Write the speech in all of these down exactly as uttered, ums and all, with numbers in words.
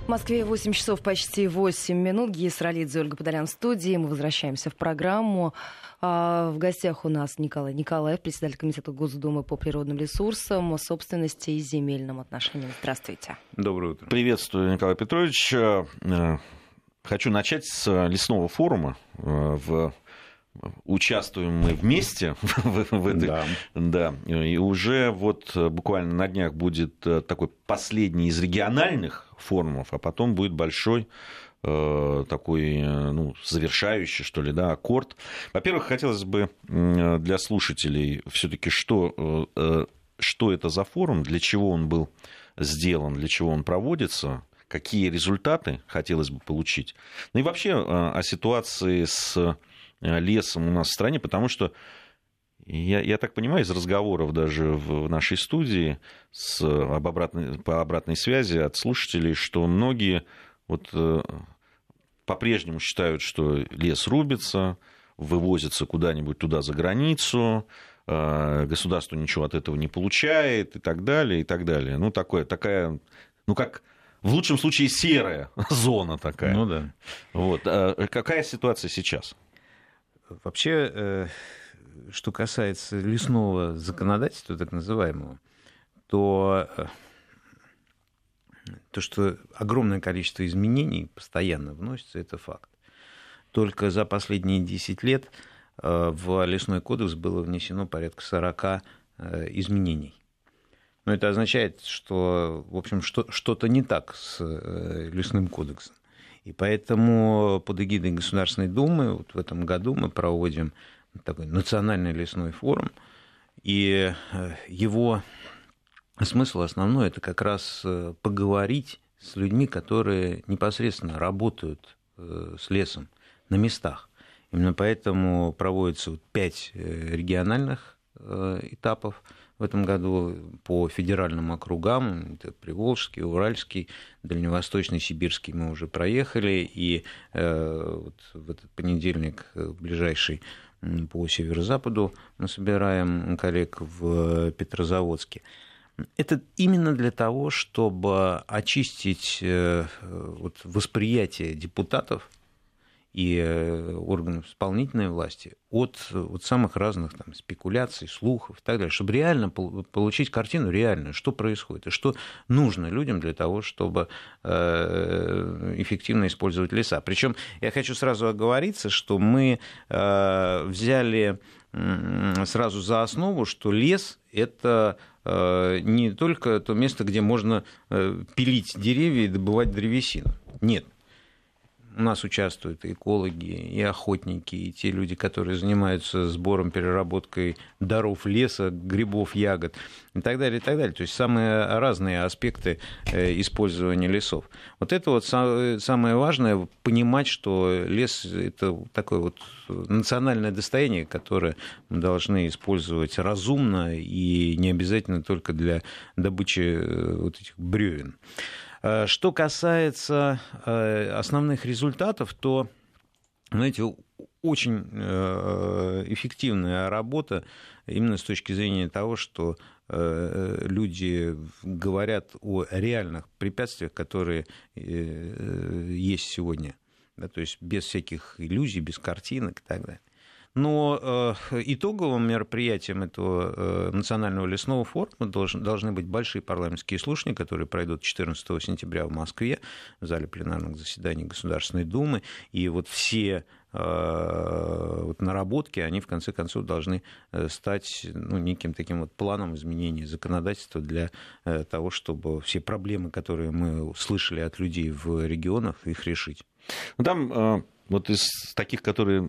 В Москве восемь часов почти восемь минут. Гия Саралидзе, Ольга Подолян в студии. Мы возвращаемся в программу. В гостях у нас Николай Николаев, председатель комитета Госдумы по природным ресурсам, собственности и земельным отношениям. Здравствуйте. Доброе утро. Приветствую, Николай Петрович. Хочу начать с лесного форума. В... Участвуем мы вместе в, в этой... Да. Да. И уже вот буквально на днях будет такой последний из региональных форумов, а потом будет большой такой, ну, завершающий, что ли, да, аккорд. Во-первых, хотелось бы для слушателей все-таки, что, что это за форум, для чего он был сделан, для чего он проводится, какие результаты хотелось бы получить. Ну и вообще о ситуации с лесом у нас в стране, потому что, я, я так понимаю, из разговоров даже в нашей студии с, об обратной, по обратной связи от слушателей, что многие вот, по-прежнему считают, что лес рубится, вывозится куда-нибудь туда за границу, государство ничего от этого не получает и так далее, и так далее. Ну, такое, такая, ну, как... В лучшем случае серая зона такая. Ну да. Вот. А какая ситуация сейчас? Вообще, что касается лесного законодательства, так называемого, то то, что огромное количество изменений постоянно вносится, это факт. Только за последние десять лет в Лесной кодекс было внесено порядка сорок изменений. Но это означает, что, в общем, что, что-то не так с Лесным кодексом. И поэтому под эгидой Государственной Думы вот в этом году мы проводим такой национальный лесной форум. И его смысл основной – это как раз поговорить с людьми, которые непосредственно работают с лесом на местах. Именно поэтому проводится вот пять региональных этапов в этом году по федеральным округам. Это Приволжский, Уральский, Дальневосточный, Сибирский мы уже проехали. И э, вот в этот понедельник ближайший по северо-западу мы собираем коллег в Петрозаводске. Это именно для того, чтобы очистить э, вот, восприятие депутатов и органов исполнительной власти от вот самых разных там, спекуляций, слухов и так далее, чтобы реально получить картину реальную, что происходит, и что нужно людям для того, чтобы эффективно использовать леса. Причем я хочу сразу оговориться, что мы взяли сразу за основу, что лес – это не только то место, где можно пилить деревья и добывать древесину. Нет. У нас участвуют и экологи, и охотники, и те люди, которые занимаются сбором, переработкой даров леса, грибов, ягод и так далее, и так далее. То есть самые разные аспекты использования лесов. Вот это вот самое важное, понимать, что лес – это такое вот национальное достояние, которое мы должны использовать разумно и не обязательно только для добычи вот этих бревен. Что касается основных результатов, то, знаете, очень эффективная работа именно с точки зрения того, что люди говорят о реальных препятствиях, которые есть сегодня, да, то есть без всяких иллюзий, без картинок и так далее. Но э, итоговым мероприятием этого э, национального лесного форума должен, должны быть большие парламентские слушания, которые пройдут четырнадцатого сентября в Москве в зале пленарных заседаний Государственной Думы. И вот все э, вот наработки, они в конце концов должны стать ну, неким таким вот планом изменения законодательства для э, того, чтобы все проблемы, которые мы слышали от людей в регионах, их решить. Там э, вот из таких, которые...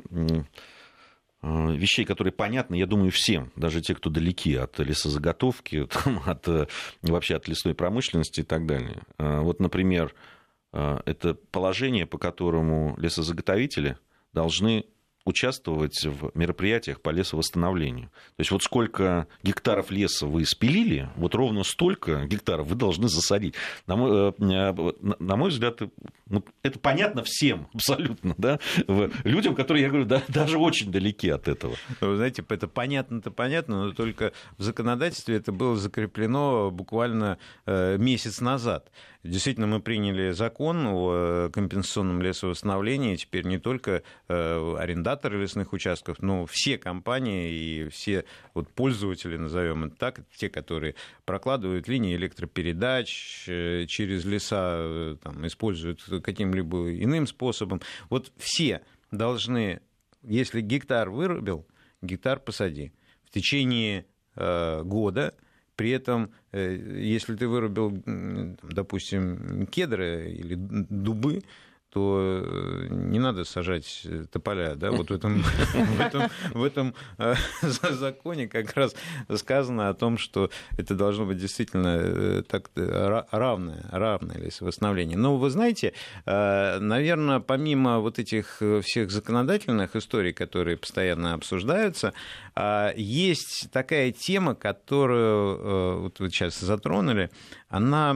вещей, которые понятны, я думаю, всем, даже те, кто далеки от лесозаготовки, там, от, вообще от лесной промышленности и так далее. Вот, например, это положение, по которому лесозаготовители должны участвовать в мероприятиях по лесовосстановлению. То есть вот сколько гектаров леса вы спилили, вот ровно столько гектаров вы должны засадить. На мой, на мой взгляд, это понятно всем абсолютно, да? Людям, которые, я говорю, да, даже очень далеки от этого. Вы знаете, это понятно-то понятно, но только в законодательстве это было закреплено буквально месяц назад. Действительно, мы приняли закон о компенсационном лесовосстановлении. Теперь не только арендаторы лесных участков, но все компании и все вот пользователи, назовем это так, те, которые прокладывают линии электропередач через леса, там, используют каким-либо иным способом. Вот все должны, если гектар вырубил, гектар посади в течение э, года. При этом, э, если ты вырубил, допустим, кедры или дубы, то не надо сажать тополя. Да? Вот в этом, в этом, в этом законе как раз сказано о том, что это должно быть действительно так, равное, равное лесовосстановление. Но вы знаете, наверное, помимо вот этих всех законодательных историй, которые постоянно обсуждаются, есть такая тема, которую вот вы сейчас затронули, она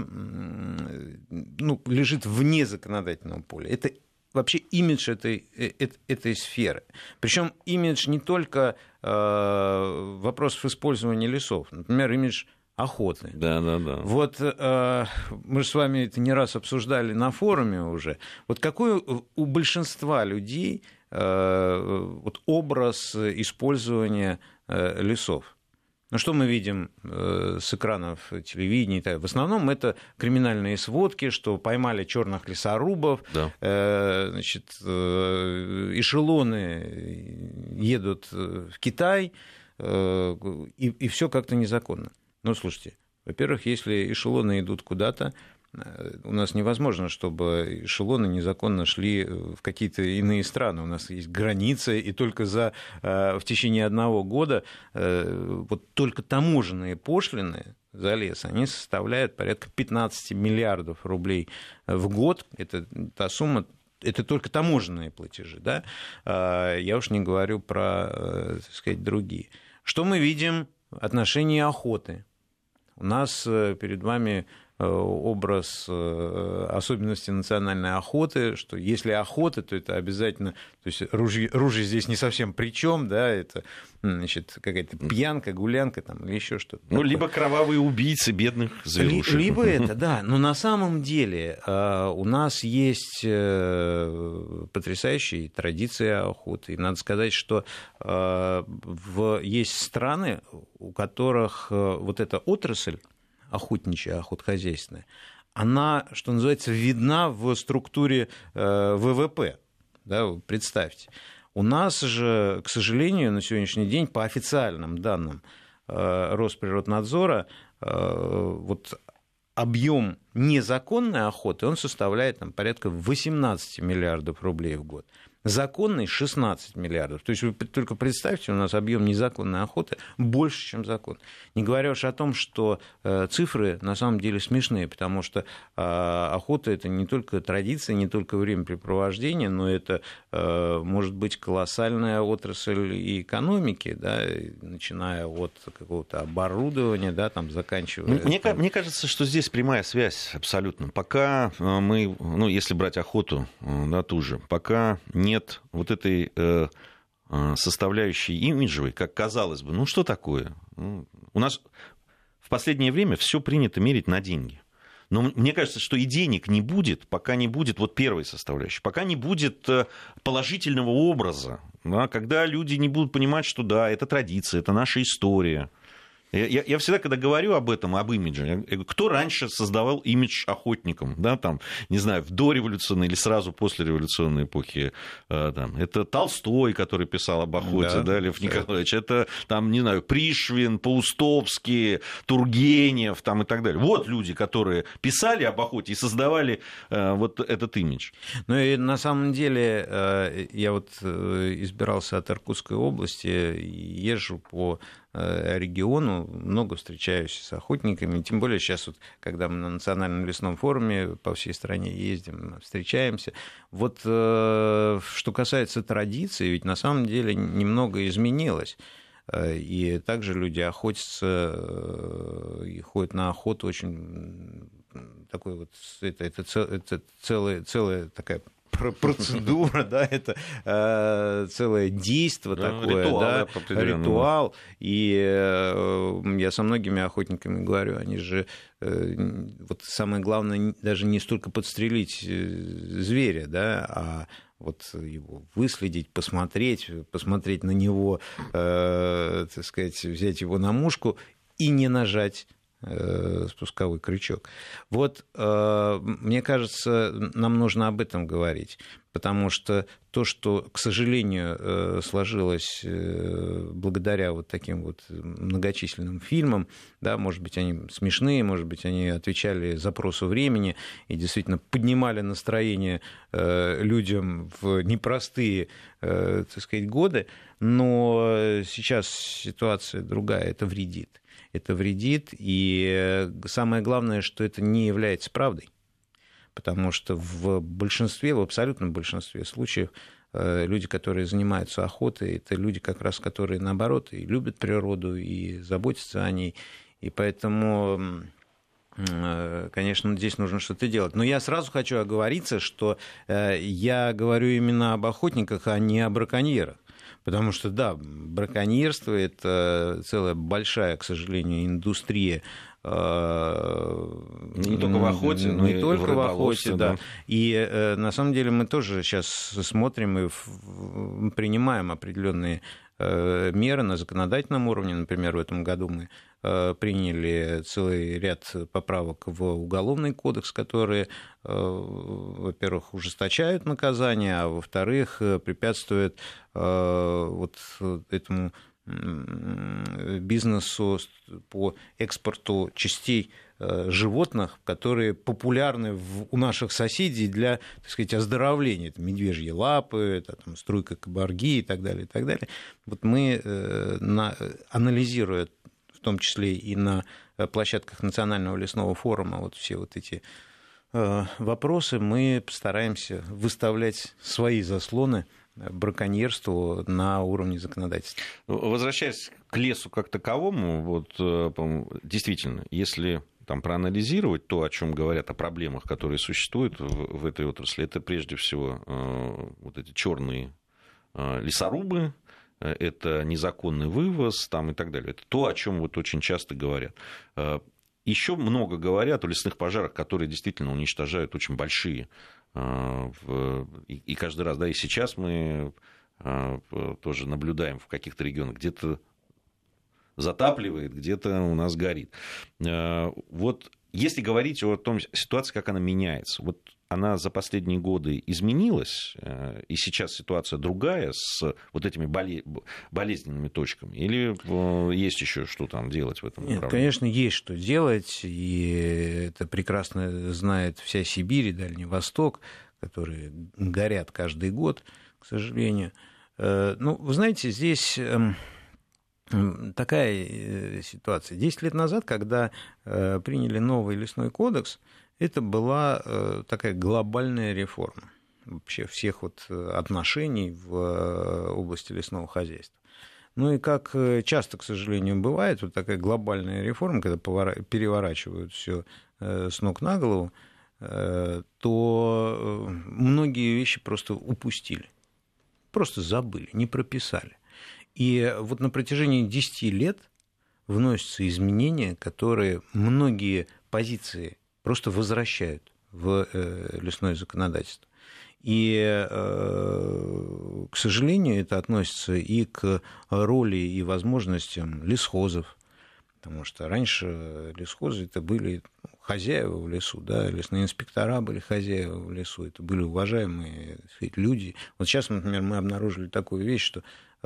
ну, лежит вне законодательного поля. Это вообще имидж этой, этой, этой сферы. Причем имидж не только э, вопросов использования лесов, например, имидж охоты. Да, да, да. Вот э, мы же с вами это не раз обсуждали на форуме уже. Вот какой у большинства людей э, вот образ использования э, лесов? Ну, что мы видим э, с экранов телевидения? В основном это криминальные сводки, что поймали черных лесорубов, да. э, значит, э, эшелоны едут в Китай, э, и, и все как-то незаконно. Ну, слушайте, во-первых, если эшелоны идут куда-то, у нас невозможно, чтобы эшелоны незаконно шли в какие-то иные страны. У нас есть границы, и только за, в течение одного года вот только таможенные пошлины за лес, они составляют порядка пятнадцать миллиардов рублей в год. Это та сумма, это только таможенные платежи, да? Я уж не говорю про, так сказать, другие. Что мы видим в отношении охоты? У нас перед вами образ особенности национальной охоты, что если охота, то это обязательно, то есть ружье, ружье здесь не совсем при чем, да, это, значит, какая-то пьянка, гулянка там, или еще что-то. Ну, либо кровавые убийцы бедных зверушек. Либо это, да, но на самом деле у нас есть потрясающие традиции охоты, и надо сказать, что есть страны, у которых вот эта отрасль, охотничья, охотхозяйственная, она, что называется, видна в структуре вэ вэ пэ. Да, представьте. У нас же, к сожалению, на сегодняшний день, по официальным данным Росприроднадзора, вот объем незаконной охоты, он составляет там, порядка восемнадцать миллиардов рублей в год. Законный шестнадцать миллиардов. То есть вы только представьте, у нас объем незаконной охоты больше, чем закон. Не говоря уж о том, что э, цифры на самом деле смешные, потому что э, охота – это не только традиция, не только времяпрепровождение, но это э, может быть колоссальная отрасль и экономики, да, начиная от какого-то оборудования, да, там, заканчивая... Мне, там... мне кажется, что здесь прямая связь абсолютно. Пока мы, ну, если брать охоту, да, ту же, пока не нет вот этой э, составляющей имиджевой, как казалось бы, ну что такое? Ну, у нас в последнее время все принято мерить на деньги. Но мне кажется, что и денег не будет, пока не будет вот первой составляющей, пока не будет положительного образа, да, когда люди не будут понимать, что да, это традиция, это наша история. Я, я всегда, когда говорю об этом, об имидже, я говорю, кто раньше создавал имидж охотникам, да, там, не знаю, в дореволюционной или сразу после революционной эпохи, там, это Толстой, который писал об охоте, да, да, Лев да. Николаевич, это, там, не знаю, Пришвин, Паустовский, Тургенев, там, и так далее. Вот люди, которые писали об охоте и создавали э, вот этот имидж. Ну, и на самом деле, э, я вот избирался от Иркутской области, езжу по региону, много встречаюсь с охотниками, тем более сейчас, вот, когда мы на национальном лесном форуме по всей стране ездим, встречаемся. Вот что касается традиций, ведь на самом деле немного изменилось. И также люди охотятся и ходят на охоту очень такой вот, это, это, это целая, целая такая процедура, да, это э, целое действо да, такое, ритуал, да, да, ритуал. И э, я со многими охотниками говорю, они же, э, вот самое главное, даже не столько подстрелить зверя, да, а вот его выследить, посмотреть, посмотреть на него, э, так сказать, взять его на мушку и не нажать спусковой крючок. Вот, мне кажется, нам нужно об этом говорить, потому что то, что, к сожалению, сложилось благодаря вот таким вот многочисленным фильмам, да, может быть, они смешные, может быть, они отвечали запросу времени и действительно поднимали настроение людям в непростые, так сказать, годы, но сейчас ситуация другая, это вредит. Это вредит, и самое главное, что это не является правдой, потому что в большинстве, в абсолютном большинстве случаев люди, которые занимаются охотой, это люди как раз, которые, наоборот, и любят природу, и заботятся о ней, и поэтому, конечно, здесь нужно что-то делать. Но я сразу хочу оговориться, что я говорю именно об охотниках, а не о браконьерах. Потому что, да, браконьерство – это целая большая, к сожалению, индустрия. Не только в охоте, но не и только в в охоте, да. да. И на самом деле мы тоже сейчас смотрим и принимаем определенные меры на законодательном уровне. Например, в этом году мы приняли целый ряд поправок в Уголовный кодекс, которые, во-первых, ужесточают наказание, а во-вторых, препятствуют вот этому бизнесу по экспорту частей животных, которые популярны у наших соседей для, так сказать, оздоровления. Это медвежьи лапы, это, там, струйка кабарги и так далее, и так далее. Вот мы, анализируя в том числе и на площадках Национального лесного форума вот все вот эти вопросы, мы постараемся выставлять свои заслоны браконьерству на уровне законодательства. Возвращаясь к лесу как таковому, вот, действительно, если там проанализировать то, о чем говорят, о проблемах, которые существуют в, в этой отрасли, это прежде всего вот эти черные лесорубы, это незаконный вывоз там, и так далее. Это то, о чем вот очень часто говорят. Еще много говорят о лесных пожарах, которые действительно уничтожают очень большие. И каждый раз, да, и сейчас мы тоже наблюдаем в каких-то регионах, где-то затапливает, где-то у нас горит. Вот если говорить о том ситуации, как она меняется, вот она за последние годы изменилась, и сейчас ситуация другая с вот этими болезненными точками, или есть еще что там делать в этом направлении? Нет, конечно, есть что делать, и это прекрасно знает вся Сибирь и Дальний Восток, которые горят каждый год, к сожалению. Ну, вы знаете, здесь такая ситуация. Десять лет назад, когда приняли новый лесной кодекс, это была такая глобальная реформа вообще всех вот отношений в области лесного хозяйства. Ну и как часто, к сожалению, бывает, вот такая глобальная реформа, когда переворачивают все с ног на голову, то многие вещи просто упустили, просто забыли, не прописали. И вот на протяжении десяти лет вносятся изменения, которые многие позиции просто возвращают в лесное законодательство. И, к сожалению, это относится и к роли и возможностям лесхозов, потому что раньше лесхозы это были хозяева в лесу, да, лесные инспектора были хозяева в лесу, это были уважаемые, так сказать, люди. Вот сейчас, например, мы обнаружили такую вещь, что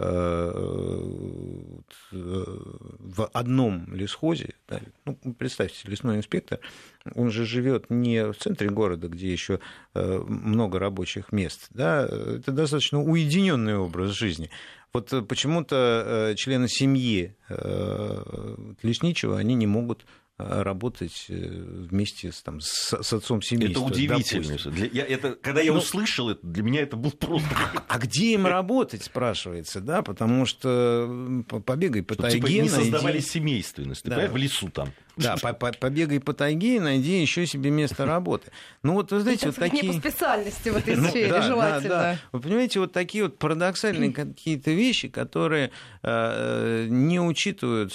в одном лесхозе, да, ну, представьте, лесной инспектор, он же живет не в центре города, где еще много рабочих мест, да, это достаточно уединенный образ жизни. Вот почему-то члены семьи лесничего, они не могут работать вместе с, там, с, с отцом семейства. Это удивительно. Для, я, это, когда я ну, услышал это, для меня это был просто... А где им работать, спрашивается, да, потому что побегай по тайге... Типа не создавали иди... семейственность, да. В лесу там. Да, побегай по тайге и найди еще себе место работы. Ну вот, вы знаете, вот такие... Не по специальности в этой сфере, желательно. Вы понимаете, вот такие вот парадоксальные какие-то вещи, которые не учитывают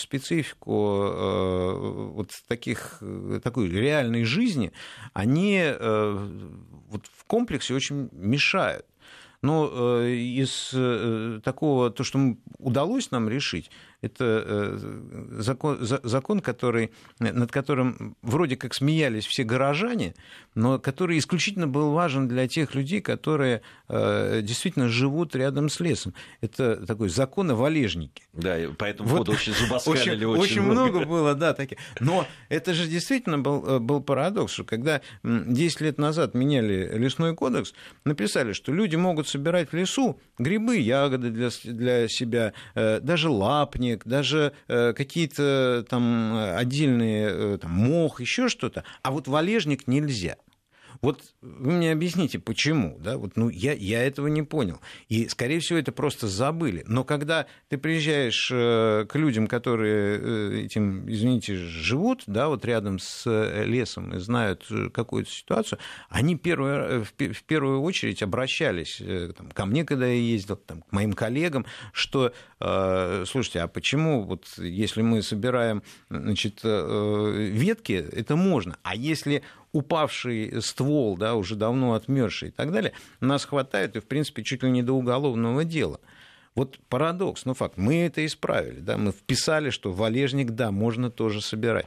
специфику вот таких, такой реальной жизни, они вот в комплексе очень мешают. Но из такого, то, что удалось нам решить, это закон, закон, который, над которым вроде как смеялись все горожане, но который исключительно был важен для тех людей, которые действительно живут рядом с лесом. Это такой закон о валежнике. Да, и по этому поводу вот, очень зубоскалили. Очень, очень, очень много. много было, да, таких. Но это же действительно был, был парадокс, что когда десять лет назад меняли лесной кодекс, написали, что люди могут собирать в лесу грибы, ягоды для, для себя, даже лапни, даже какие-то там отдельные там, мох, еще что-то, а вот валежник нельзя. Вот вы мне объясните, почему, да? Вот, ну, я, я этого не понял. И, скорее всего, это просто забыли. Но когда ты приезжаешь к людям, которые этим, извините, живут, да, вот рядом с лесом и знают какую-то ситуацию, они первый, в первую очередь обращались там, ко мне, когда я ездил, там, к моим коллегам, что, слушайте, а почему, вот, если мы собираем, значит, ветки, это можно, а если упавший ствол, да, уже давно отмёрзший и так далее, нас хватает и, в принципе, чуть ли не до уголовного дела. Вот парадокс, но факт. Мы это исправили, да, мы вписали, что валежник, да, можно тоже собирать.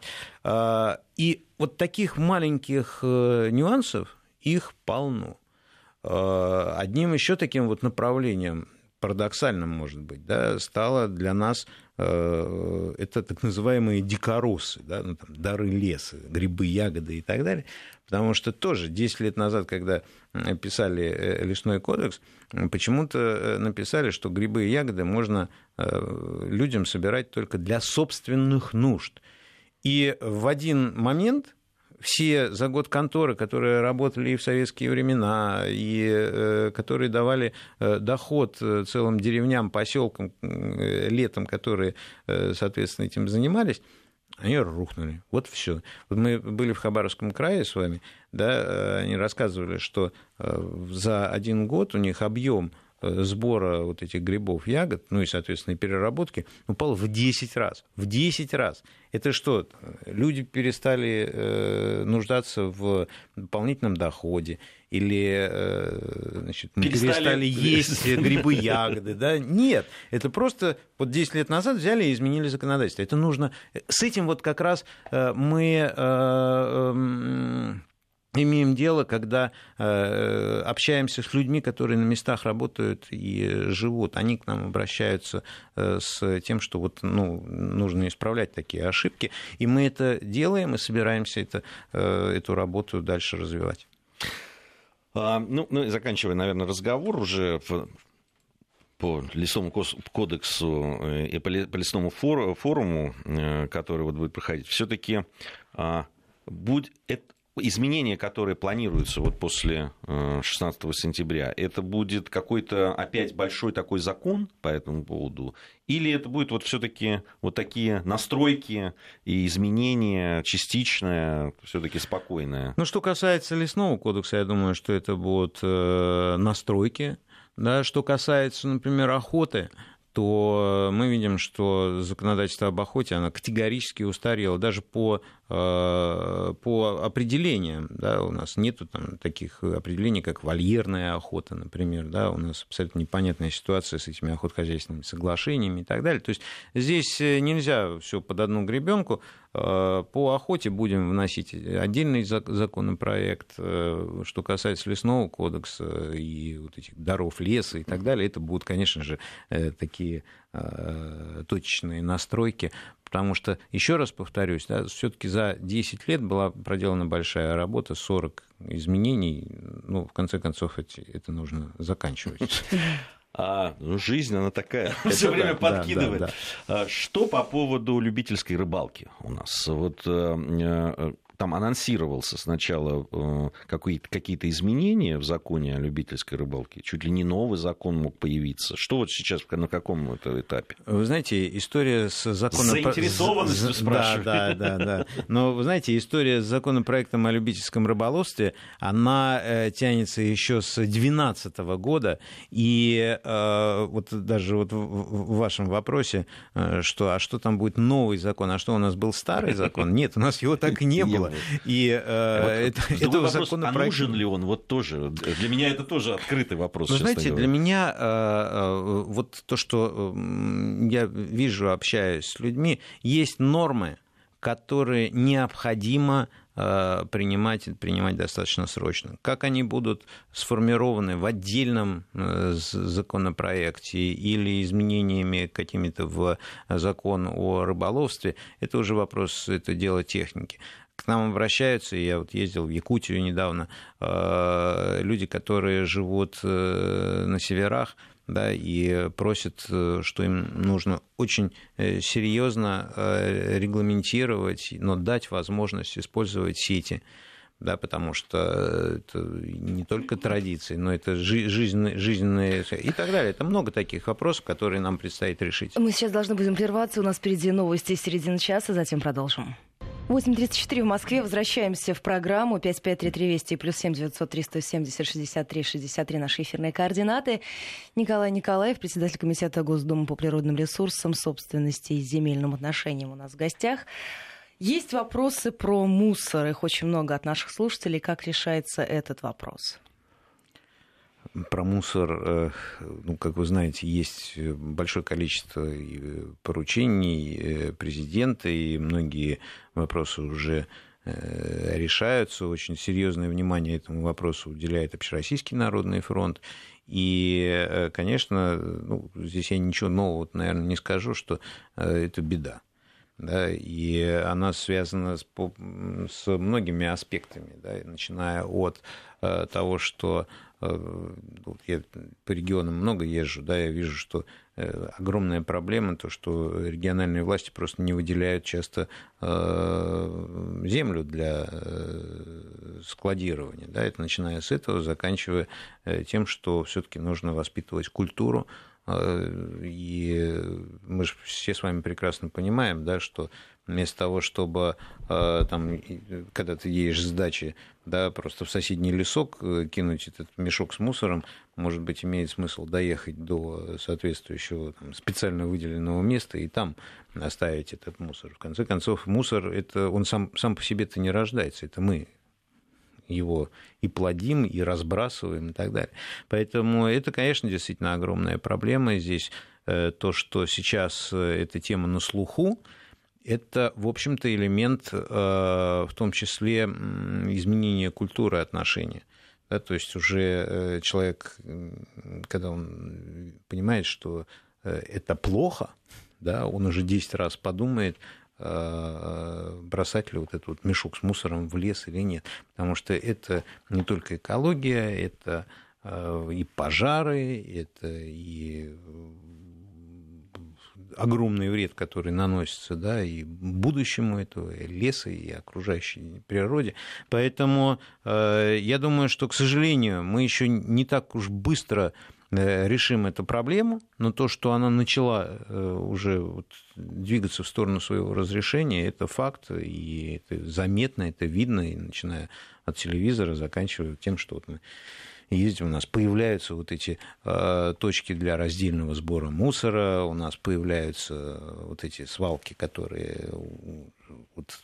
И вот таких маленьких нюансов, их полно. Одним еще таким вот направлением, парадоксальным, может быть, да, стало для нас это так называемые дикоросы, да, ну, там, дары леса, грибы, ягоды и так далее. Потому что тоже десять лет назад, когда писали лесной кодекс, почему-то написали, что грибы и ягоды можно людям собирать только для собственных нужд. И в один момент все за год конторы, которые работали и в советские времена, и э, которые давали э, доход целым деревням, поселкам э, летом, которые, э, соответственно, этим занимались, они рухнули. Вот все. Вот мы были в Хабаровском крае с вами, да, они рассказывали, что э, за один год у них объем сбора вот этих грибов, ягод, ну и, соответственно, переработки, упал в десять раз. В десять раз. Это что? Люди перестали э, нуждаться в дополнительном доходе или э, значит, перестали... перестали есть грибы, ягоды. Да? Нет. Это просто вот десять лет назад взяли и изменили законодательство. Это нужно... С этим вот как раз э, мы... Э, э, имеем дело, когда э, общаемся с людьми, которые на местах работают и живут. Они к нам обращаются э, с тем, что вот, ну, нужно исправлять такие ошибки. И мы это делаем и собираемся это, э, эту работу дальше развивать. А, ну, ну, заканчивая, наверное, разговор уже в... по лесному кодексу и по лесному форуму, который вот будет проходить, все-таки будет... Изменения, которые планируются вот после шестнадцатого сентября, это будет какой-то опять большой такой закон по этому поводу? Или это будет вот все-таки вот такие настройки и изменения частичное, все-таки спокойное? Ну, что касается лесного кодекса, я думаю, что это будут настройки. Да, что касается, например, охоты, то мы видим, что законодательство об охоте, оно категорически устарело, даже по, по определениям, да, у нас нету там таких определений, как вольерная охота, например, да, у нас абсолютно непонятная ситуация с этими охотхозяйственными соглашениями и так далее, то есть здесь нельзя все под одну гребенку. По охоте будем вносить отдельный законопроект, что касается лесного кодекса и вот этих даров леса и так далее, это будут, конечно же, такие точечные настройки, потому что, еще раз повторюсь, да, все-таки за десять лет была проделана большая работа, сорок изменений, ну, в конце концов, это нужно заканчивать. А, ну, жизнь, она такая, все время да, подкидывает. Да, да, да. Что по поводу любительской рыбалки у нас? Вот там там анонсировался сначала какие-то изменения в законе о любительской рыбалке, чуть ли не новый закон мог появиться. Что вот сейчас, на каком это этапе? Вы знаете, история с законом... Заинтересованностью спрашиваю. Да, да, да, да. Но, вы знаете, история с законопроектом о любительском рыболовстве, она э, тянется еще с две тысячи двенадцатого года, и э, вот даже вот в, в вашем вопросе, э, что, а что там будет новый закон, а что у нас был старый закон? Нет, у нас его так и не было. И э, это, этого законопроекта... А нужен ли он? Вот тоже. Для меня это тоже открытый вопрос. Вы знаете, говоря. Для меня э, вот то, что я вижу, общаюсь с людьми, есть нормы, которые необходимо принимать, принимать достаточно срочно. Как они будут сформированы в отдельном законопроекте или изменениями какими-то в закон о рыболовстве, это уже вопрос, это дело техники. К нам обращаются, я вот ездил в Якутию недавно, люди, которые живут на северах, да, и просят, что им нужно очень серьезно регламентировать, но дать возможность использовать сети, да, потому что это не только традиции, но это жизненные, жизненные и так далее. Это много таких вопросов, которые нам предстоит решить. Мы сейчас должны будем прерваться, у нас впереди новости середины часа, затем продолжим. восемь тридцать четыре в Москве. Возвращаемся в программу. пять пять три три Вести плюс семь девятьсот три сто семьдесят шестьдесят три шестьдесят три наши эфирные координаты. Николай Николаев, председатель комитета Госдумы по природным ресурсам, собственности и земельным отношениям у нас в гостях. Есть вопросы про мусор. Их очень много от наших слушателей. Как решается этот вопрос? Про мусор, ну, как вы знаете, есть большое количество поручений президента, и многие вопросы уже решаются. Очень серьезное внимание этому вопросу уделяет Общероссийский народный фронт. И, конечно, ну, здесь я ничего нового, наверное, не скажу, что это беда. Да, и она связана с, с многими аспектами, да, начиная от э, того, что э, я по регионам много езжу, да, я вижу, что э, огромная проблема, то, что региональные власти просто не выделяют часто э, землю для э, складирования. Да, это начиная с этого, заканчивая э, тем, что все-таки нужно воспитывать культуру. И мы же все с вами прекрасно понимаем, да, что вместо того, чтобы там, когда ты едешь с дачи, да, просто в соседний лесок кинуть этот мешок с мусором, может быть, имеет смысл доехать до соответствующего там, специально выделенного места и там оставить этот мусор. В конце концов, мусор, это, он сам, сам по себе-то не рождается, это мы его и плодим, и разбрасываем, и так далее. Поэтому это, конечно, действительно огромная проблема. Здесь то, что сейчас эта тема на слуху, это, в общем-то, элемент, в том числе, изменения культуры отношения. Да, то есть уже человек, когда он понимает, что это плохо, да, он уже десять раз подумает, бросать ли вот этот вот мешок с мусором в лес или нет. Потому что это не только экология, это и пожары, это и огромный вред, который наносится, да, и будущему этого и леса, и окружающей природе. Поэтому я думаю, что, к сожалению, мы еще не так уж быстро решим эту проблему, но то, что она начала уже вот двигаться в сторону своего разрешения, это факт, и это заметно, это видно, и начиная от телевизора, заканчивая тем, что вот мы ездим, у нас появляются вот эти э, точки для раздельного сбора мусора, у нас появляются вот эти свалки, которые вот,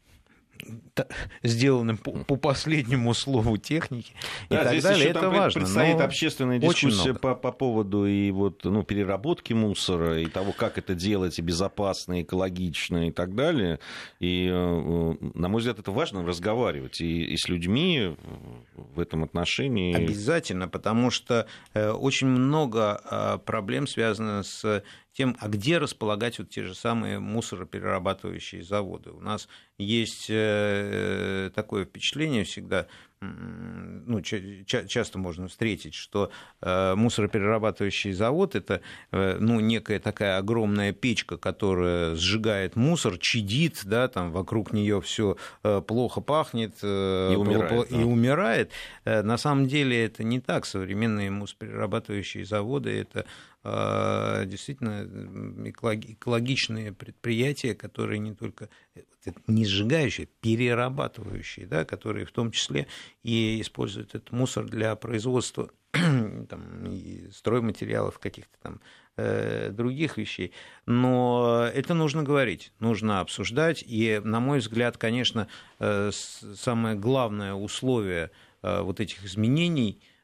сделаны по, по последнему слову техники, да, и так далее. Это важно. Предстоит общественная дискуссия по, по поводу и вот, ну, переработки мусора, и того, как это делать и безопасно, и экологично, и так далее. И, на мой взгляд, это важно разговаривать и, и с людьми в этом отношении. Обязательно, потому что очень много проблем связано с тем, а где располагать вот те же самые мусороперерабатывающие заводы. У нас есть такое впечатление всегда, ну, ча- часто можно встретить, что э, мусороперерабатывающий завод — это э, ну, некая такая огромная печка, которая сжигает мусор, чадит, да, там вокруг нее все э, плохо пахнет э, и умирает. И да. умирает. Э, на самом деле это не так. Современные мусороперерабатывающие заводы — это действительно экологичные предприятия, которые не только не сжигающие, перерабатывающие, да, которые в том числе и используют этот мусор для производства там, и стройматериалов, каких-то там э, других вещей. Но это нужно говорить, нужно обсуждать. И, на мой взгляд, конечно, э, самое главное условие э, вот этих изменений —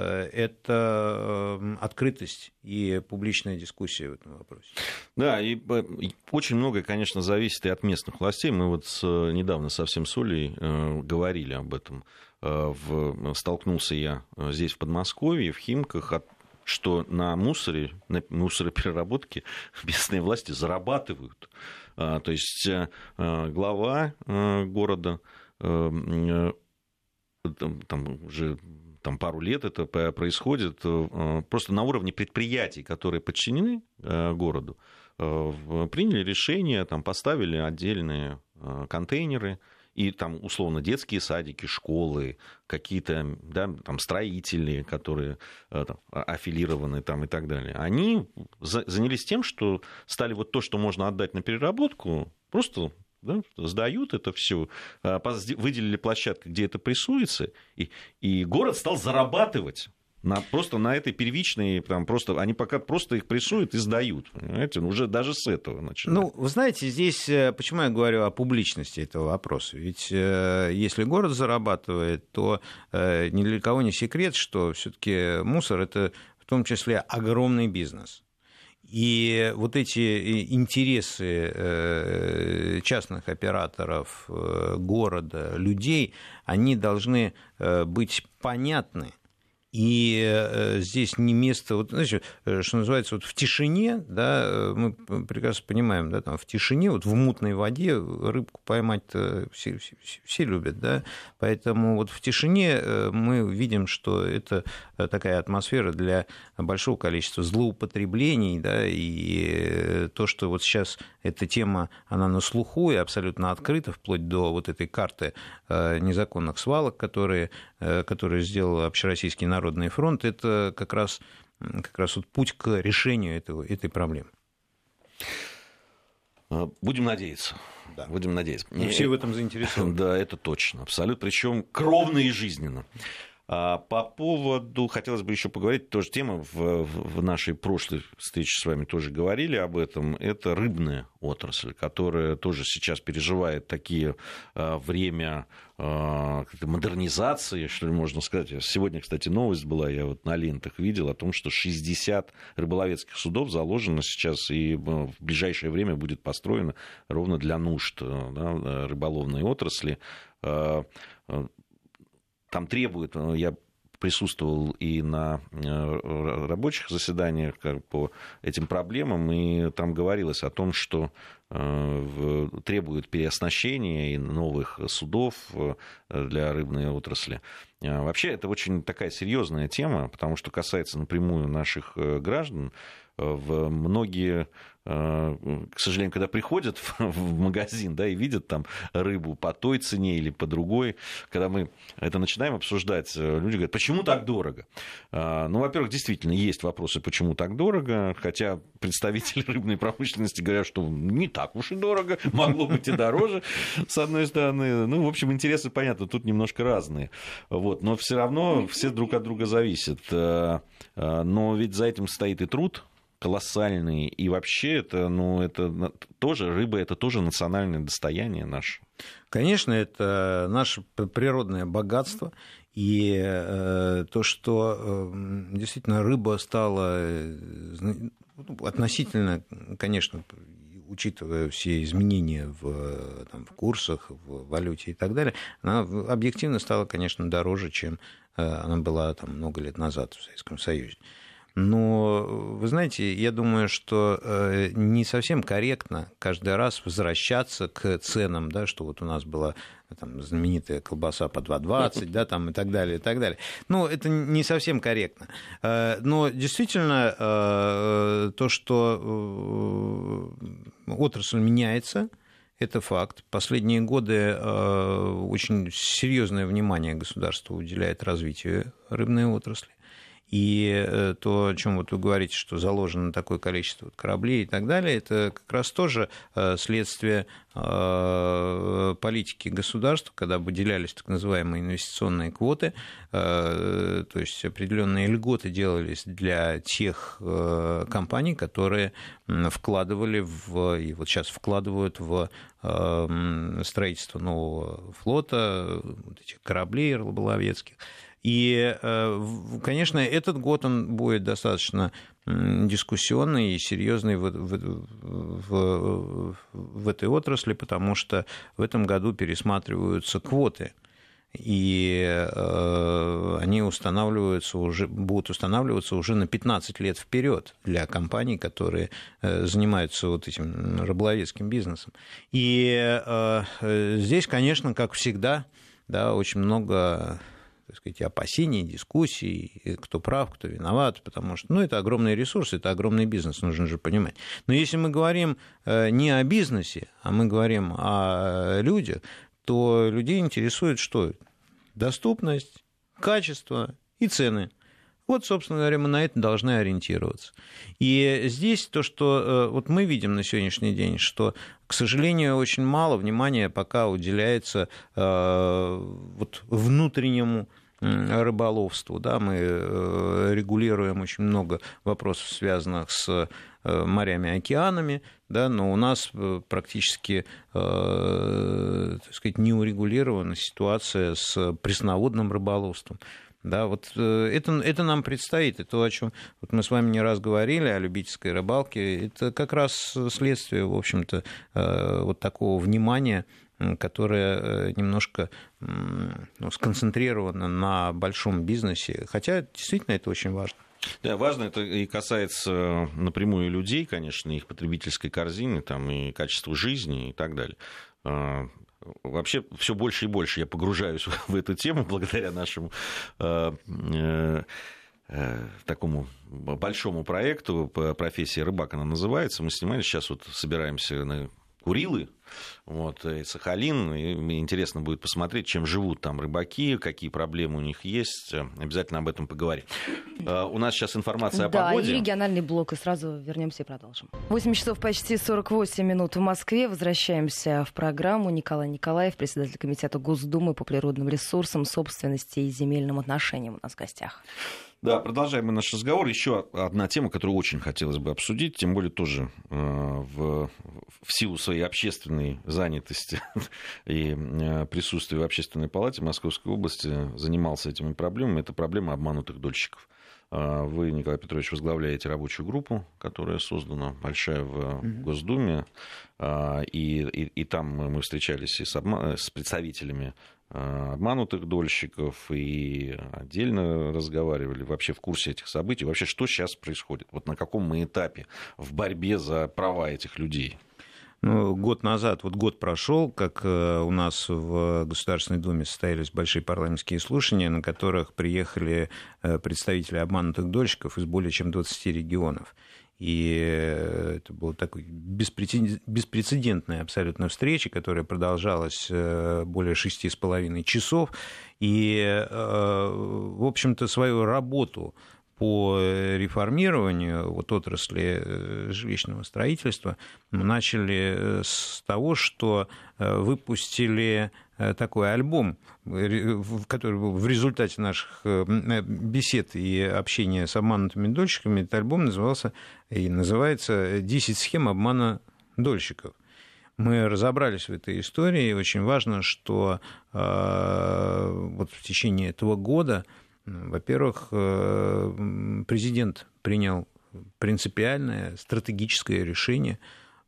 это открытость и публичная дискуссия в этом вопросе. Да, и очень многое, конечно, зависит и от местных властей. Мы вот с, недавно совсем с Олей говорили об этом. В, столкнулся я здесь, в Подмосковье, в Химках, от, что на мусоре, на мусоропереработке местные власти зарабатывают. То есть глава города там, там уже... Там пару лет это происходит просто на уровне предприятий, которые подчинены городу, приняли решение, там, поставили отдельные контейнеры, и там, условно, детские садики, школы, какие-то, да, там, строители, которые там, аффилированы там, и так далее, они занялись тем, что стали вот то, что можно отдать на переработку, просто... Да, сдают это все, выделили площадку, где это прессуется, и, и город стал зарабатывать на, просто на этой первичной, там, просто, они пока просто их прессуют и сдают, понимаете, уже даже с этого начинают. Ну, вы знаете, здесь, почему я говорю о публичности этого вопроса, ведь если город зарабатывает, то ни для кого не секрет, что все-таки мусор — это в том числе огромный бизнес. И вот эти интересы частных операторов города, людей, они должны быть понятны. И здесь не место, вот, знаете, что называется, вот в тишине, да, мы прекрасно понимаем, да, там в тишине, вот в мутной воде рыбку поймать все, все, все любят, да, поэтому вот в тишине мы видим, что это такая атмосфера для большого количества злоупотреблений, да, и то, что вот сейчас эта тема, она на слуху и абсолютно открыта, вплоть до вот этой карты незаконных свалок, которые, которые сделал Общероссийский Народный фронт, это как раз, как раз вот путь к решению этого, этой проблемы. Будем надеяться. Да. Будем надеяться. Мы все в этом заинтересованы. Да, это точно, абсолютно. Причем кровно и жизненно. По поводу, хотелось бы еще поговорить, тоже тема, в, в нашей прошлой встрече с вами тоже говорили об этом, это рыбная отрасль, которая тоже сейчас переживает такие время модернизации, что ли, можно сказать. Сегодня, кстати, новость была, я вот на лентах видел о том, что шестьдесят рыболовецких судов заложено сейчас и в ближайшее время будет построено ровно для нужд, да, рыболовной отрасли. Там требуют, я присутствовал и на рабочих заседаниях по этим проблемам, и там говорилось о том, что требуют переоснащения и новых судов для рыбной отрасли. Вообще, это очень такая серьезная тема, потому что касается напрямую наших граждан. В многие, к сожалению, когда приходят в магазин, да, и видят там рыбу по той цене или по другой, когда мы это начинаем обсуждать, люди говорят, почему так дорого? Ну, во-первых, действительно, есть вопросы, почему так дорого, хотя представители рыбной промышленности говорят, что не так уж и дорого, могло быть и дороже, с одной стороны. Ну, в общем, интересы, понятно, тут немножко разные. Вот, но все равно все друг от друга зависят. Но ведь за этим стоит и труд колоссальный, и вообще это, ну, это тоже, рыба — это тоже национальное достояние наше. Конечно, это наше природное богатство, и э, то, что э, действительно рыба стала э, относительно, конечно, учитывая все изменения в, там, в курсах, в валюте и так далее, она объективно стала, конечно, дороже, чем она была там много лет назад в Советском Союзе. Но, вы знаете, я думаю, что не совсем корректно каждый раз возвращаться к ценам, да, что вот у нас была там знаменитая колбаса по два двадцать, да, там, и так далее, и так далее. Ну, это не совсем корректно. Но действительно, то, что отрасль меняется, это факт. Последние годы очень серьезное внимание государство уделяет развитию рыбной отрасли. И то, о чем вот вы говорите, что заложено такое количество кораблей и так далее, это как раз тоже следствие политики государства, когда выделялись так называемые инвестиционные квоты, то есть определенные льготы делались для тех компаний, которые вкладывали в, и вот сейчас вкладывают в строительство нового флота, вот этих кораблей рыболовецких. И, конечно, этот год он будет достаточно дискуссионный и серьезный в, в, в, в этой отрасли, потому что в этом году пересматриваются квоты, и они устанавливаются уже, будут устанавливаться уже на пятнадцать лет вперед для компаний, которые занимаются вот этим рыболовецким бизнесом. И здесь, конечно, как всегда, да, очень много, так сказать, опасений, дискуссий, кто прав, кто виноват, потому что, ну, это огромный ресурс, это огромный бизнес, нужно же понимать. Но если мы говорим не о бизнесе, а мы говорим о людях, то людей интересует что? Доступность, качество и цены. Вот, собственно говоря, мы на это должны ориентироваться. И здесь то, что вот мы видим на сегодняшний день, что, к сожалению, очень мало внимания пока уделяется вот внутреннему рыболовству. Да, мы регулируем очень много вопросов, связанных с морями, океанами, да, но у нас практически, так сказать, не урегулирована ситуация с пресноводным рыболовством. Да, вот это, это нам предстоит, и то, о чем вот мы с вами не раз говорили, о любительской рыбалке, это как раз следствие, в общем-то, вот такого внимания, которое немножко, ну, сконцентрировано на большом бизнесе, хотя действительно это очень важно. Да, важно, это и касается напрямую людей, конечно, их потребительской корзины, там, и качества жизни и так далее. Вообще все больше и больше я погружаюсь в эту тему благодаря нашему э, э, э, такому большому проекту «Профессия рыбак» она называется. Мы снимали, сейчас вот собираемся на Курилы, вот, и Сахалин. И мне интересно будет посмотреть, чем живут там рыбаки, какие проблемы у них есть. Обязательно об этом поговорим. У нас сейчас информация о да, погоде. Да, и региональный блок, и сразу вернемся и продолжим. восемь часов почти сорок восемь минут в Москве. Возвращаемся в программу. Николай Николаев, председатель комитета Госдумы по природным ресурсам, собственности и земельным отношениям у нас в гостях. Да, продолжаем мы наш разговор. Еще одна тема, которую очень хотелось бы обсудить, тем более тоже в, в силу своей общественной занятости и присутствия в Общественной палате Московской области занимался этими проблемами. Это проблема обманутых дольщиков. Вы, Николай Петрович, возглавляете рабочую группу, которая создана, большая в Госдуме, и, и, и там мы встречались и с, обман... с представителями обманутых дольщиков и отдельно разговаривали, вообще в курсе этих событий, вообще что сейчас происходит, вот на каком мы этапе в борьбе за права этих людей? Ну, год назад, вот год прошел, как у нас в Государственной Думе состоялись большие парламентские слушания, на которых приехали представители обманутых дольщиков из более чем двадцати регионов. И это была такая беспрецедентная абсолютно встреча, которая продолжалась более шести с половиной часов. И, в общем-то, свою работу по реформированию вот отрасли жилищного строительства мы начали с того, что выпустили такой альбом, который был в результате наших бесед и общения с обманутыми дольщиками. Этот альбом назывался и называется «десять схем обмана дольщиков». Мы разобрались в этой истории. Очень важно, что вот в течение этого года, во-первых, президент принял принципиальное стратегическое решение,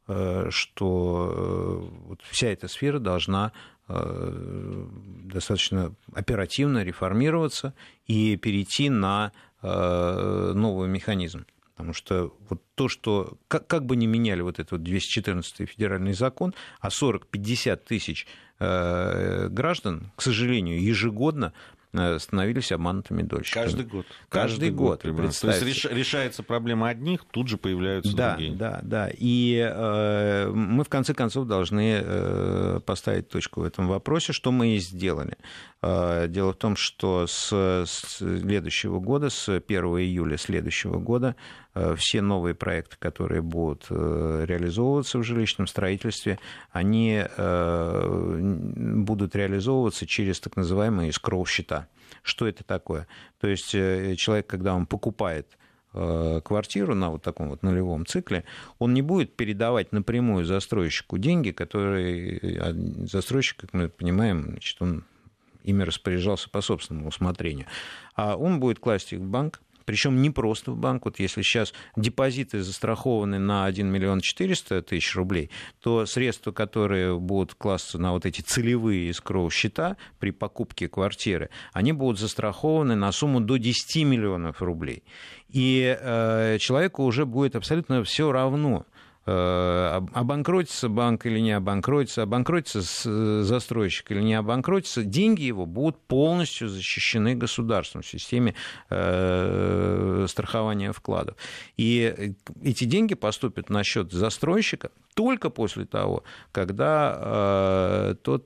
что вот вся эта сфера должна достаточно оперативно реформироваться и перейти на новый механизм. Потому что вот то, что как, как бы ни меняли вот этот вот двести четырнадцатый федеральный закон, а сорок-пятьдесят тысяч э, граждан, к сожалению, ежегодно становились обманутыми дольщиками. Каждый год. Каждый, Каждый год. год То есть реш, решается проблема одних, тут же появляются да, другие. Да, да. И э, мы, в конце концов, должны э, поставить точку в этом вопросе, что мы и сделали. Э, дело в том, что с, с следующего года, с первого июля следующего года, э, все новые проекты, которые будут э, реализовываться в жилищном строительстве, они э, будут реализовываться через так называемые эскроу-счета. Что это такое? То есть человек, когда он покупает квартиру на вот таком вот нулевом цикле, он не будет передавать напрямую застройщику деньги, которые застройщик, как мы понимаем, значит, он ими распоряжался по собственному усмотрению, а он будет класть их в банк. Причем не просто в банк. Вот если сейчас депозиты застрахованы на один миллион четыреста тысяч рублей, то средства, которые будут класться на вот эти целевые эскроу-счета при покупке квартиры, они будут застрахованы на сумму до десять миллионов рублей. И э, человеку уже будет абсолютно все равно, обанкротится банк или не обанкротится, обанкротится застройщик или не обанкротится, деньги его будут полностью защищены государством в системе страхования вкладов. И эти деньги поступят на счет застройщика только после того, когда тот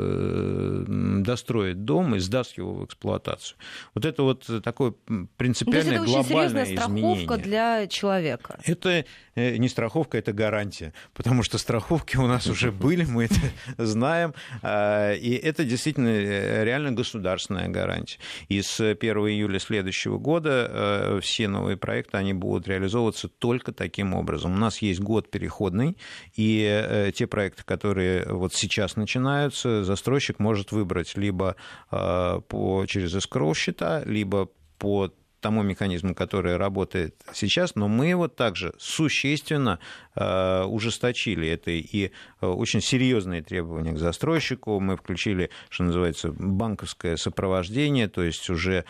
достроит дом и сдаст его в эксплуатацию. Вот это вот такое принципиальное глобальное изменение. То есть это очень серьезная страховка для человека. Это не страховка, это гарантия, потому что страховки у нас уже были, мы это знаем, и это действительно реально государственная гарантия. И с первого июля следующего года все новые проекты, они будут реализовываться только таким образом. У нас есть год переходный, и те проекты, которые вот сейчас начинаются, застройщик может выбрать либо по, через эскроу-счета, либо по тому механизму, который работает сейчас, но мы его также существенно э, ужесточили. Это и очень серьезные требования к застройщику. Мы включили, что называется, банковское сопровождение, то есть уже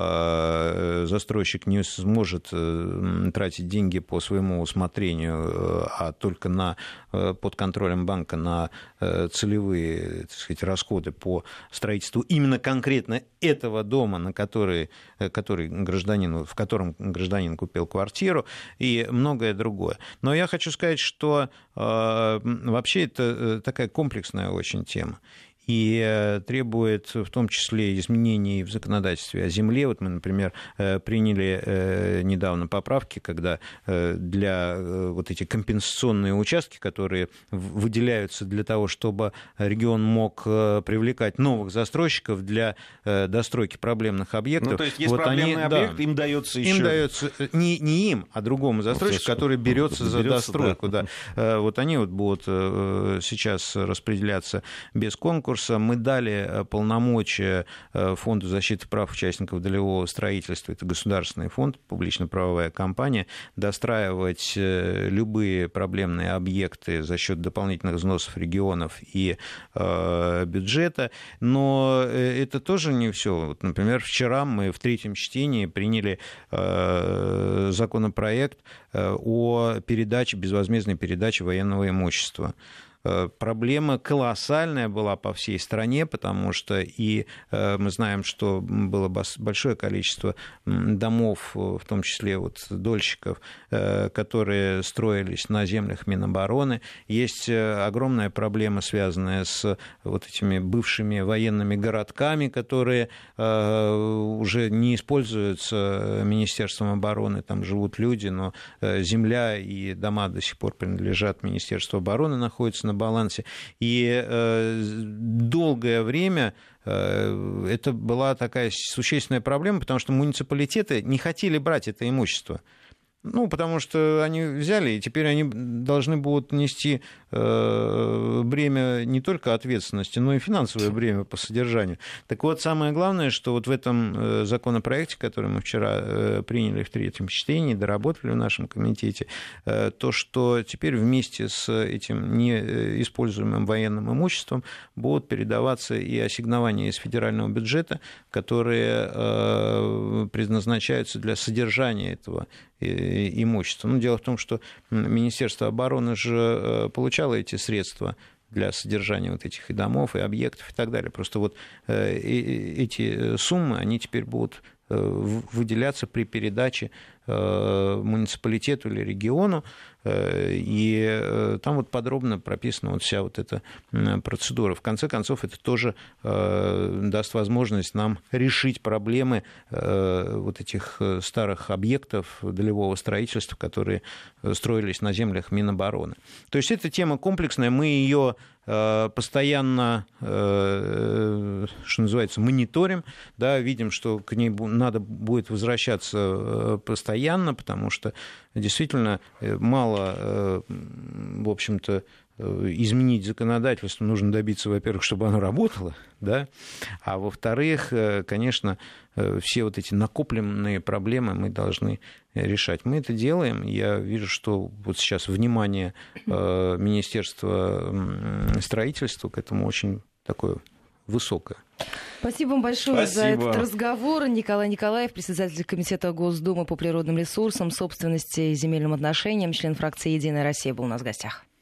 э, застройщик не сможет э, тратить деньги по своему усмотрению, э, а только на, э, под контролем банка на э, целевые, так сказать, расходы по строительству именно конкретно этого дома, на который, который гражданин гражданину, в котором гражданин купил квартиру, и многое другое. Но я хочу сказать, что э, вообще это такая комплексная очень тема. И требует в том числе изменений в законодательстве о земле. Вот мы, например, приняли недавно поправки, когда для вот эти компенсационные участки, которые выделяются для того, чтобы регион мог привлекать новых застройщиков для достройки проблемных объектов. Ну, то есть есть вот проблемный они, объект, да, им дается еще... Им дается не, не им, а другому застройщику, вот, который берется за достройку. Да. Да. Вот они вот будут сейчас распределяться без конкурса. Мы дали полномочия Фонду защиты прав участников долевого строительства, это государственный фонд, публично-правовая компания, достраивать любые проблемные объекты за счет дополнительных взносов регионов и э, бюджета. Но это тоже не все. Вот, например, вчера мы в третьем чтении приняли э, законопроект о передаче, безвозмездной передаче военного имущества. Проблема колоссальная была по всей стране, потому что и мы знаем, что было большое количество домов, в том числе вот дольщиков, которые строились на землях Минобороны. Есть огромная проблема, связанная с вот этими бывшими военными городками, которые уже не используются Министерством обороны, там живут люди, но земля и дома до сих пор принадлежат Министерству обороны, находятся на балансе. И э, долгое время э, это была такая существенная проблема, потому что муниципалитеты не хотели брать это имущество. Ну, потому что они взяли, и теперь они должны будут нести э, бремя не только ответственности, но и финансовое бремя по содержанию. Так вот, самое главное, что вот в этом законопроекте, который мы вчера э, приняли в третьем чтении, доработали в нашем комитете, э, то, что теперь вместе с этим неиспользуемым военным имуществом будут передаваться и ассигнования из федерального бюджета, которые э, предназначаются для содержания этого имущества. Ну, дело в том, что Министерство обороны же получало эти средства для содержания вот этих и домов, и объектов, и так далее. Просто вот эти суммы, они теперь будут выделяться при передаче муниципалитету или региону, и там вот подробно прописана вот вся вот эта процедура. В конце концов, это тоже даст возможность нам решить проблемы вот этих старых объектов долевого строительства, которые строились на землях Минобороны. То есть эта тема комплексная, мы ее постоянно, что называется, мониторим, да, видим, что к ней надо будет возвращаться постоянно, потому что действительно мало, в общем-то, изменить законодательство, нужно добиться, во-первых, чтобы оно работало, да, а во-вторых, конечно, все вот эти накопленные проблемы мы должны решать. Мы это делаем. Я вижу, что вот сейчас внимание Министерства строительства к этому очень такое высокое. Спасибо вам большое Спасибо. за этот разговор. Николай Николаев, председатель Комитета Госдумы по природным ресурсам, собственности и земельным отношениям, член фракции «Единая Россия», был у нас в гостях.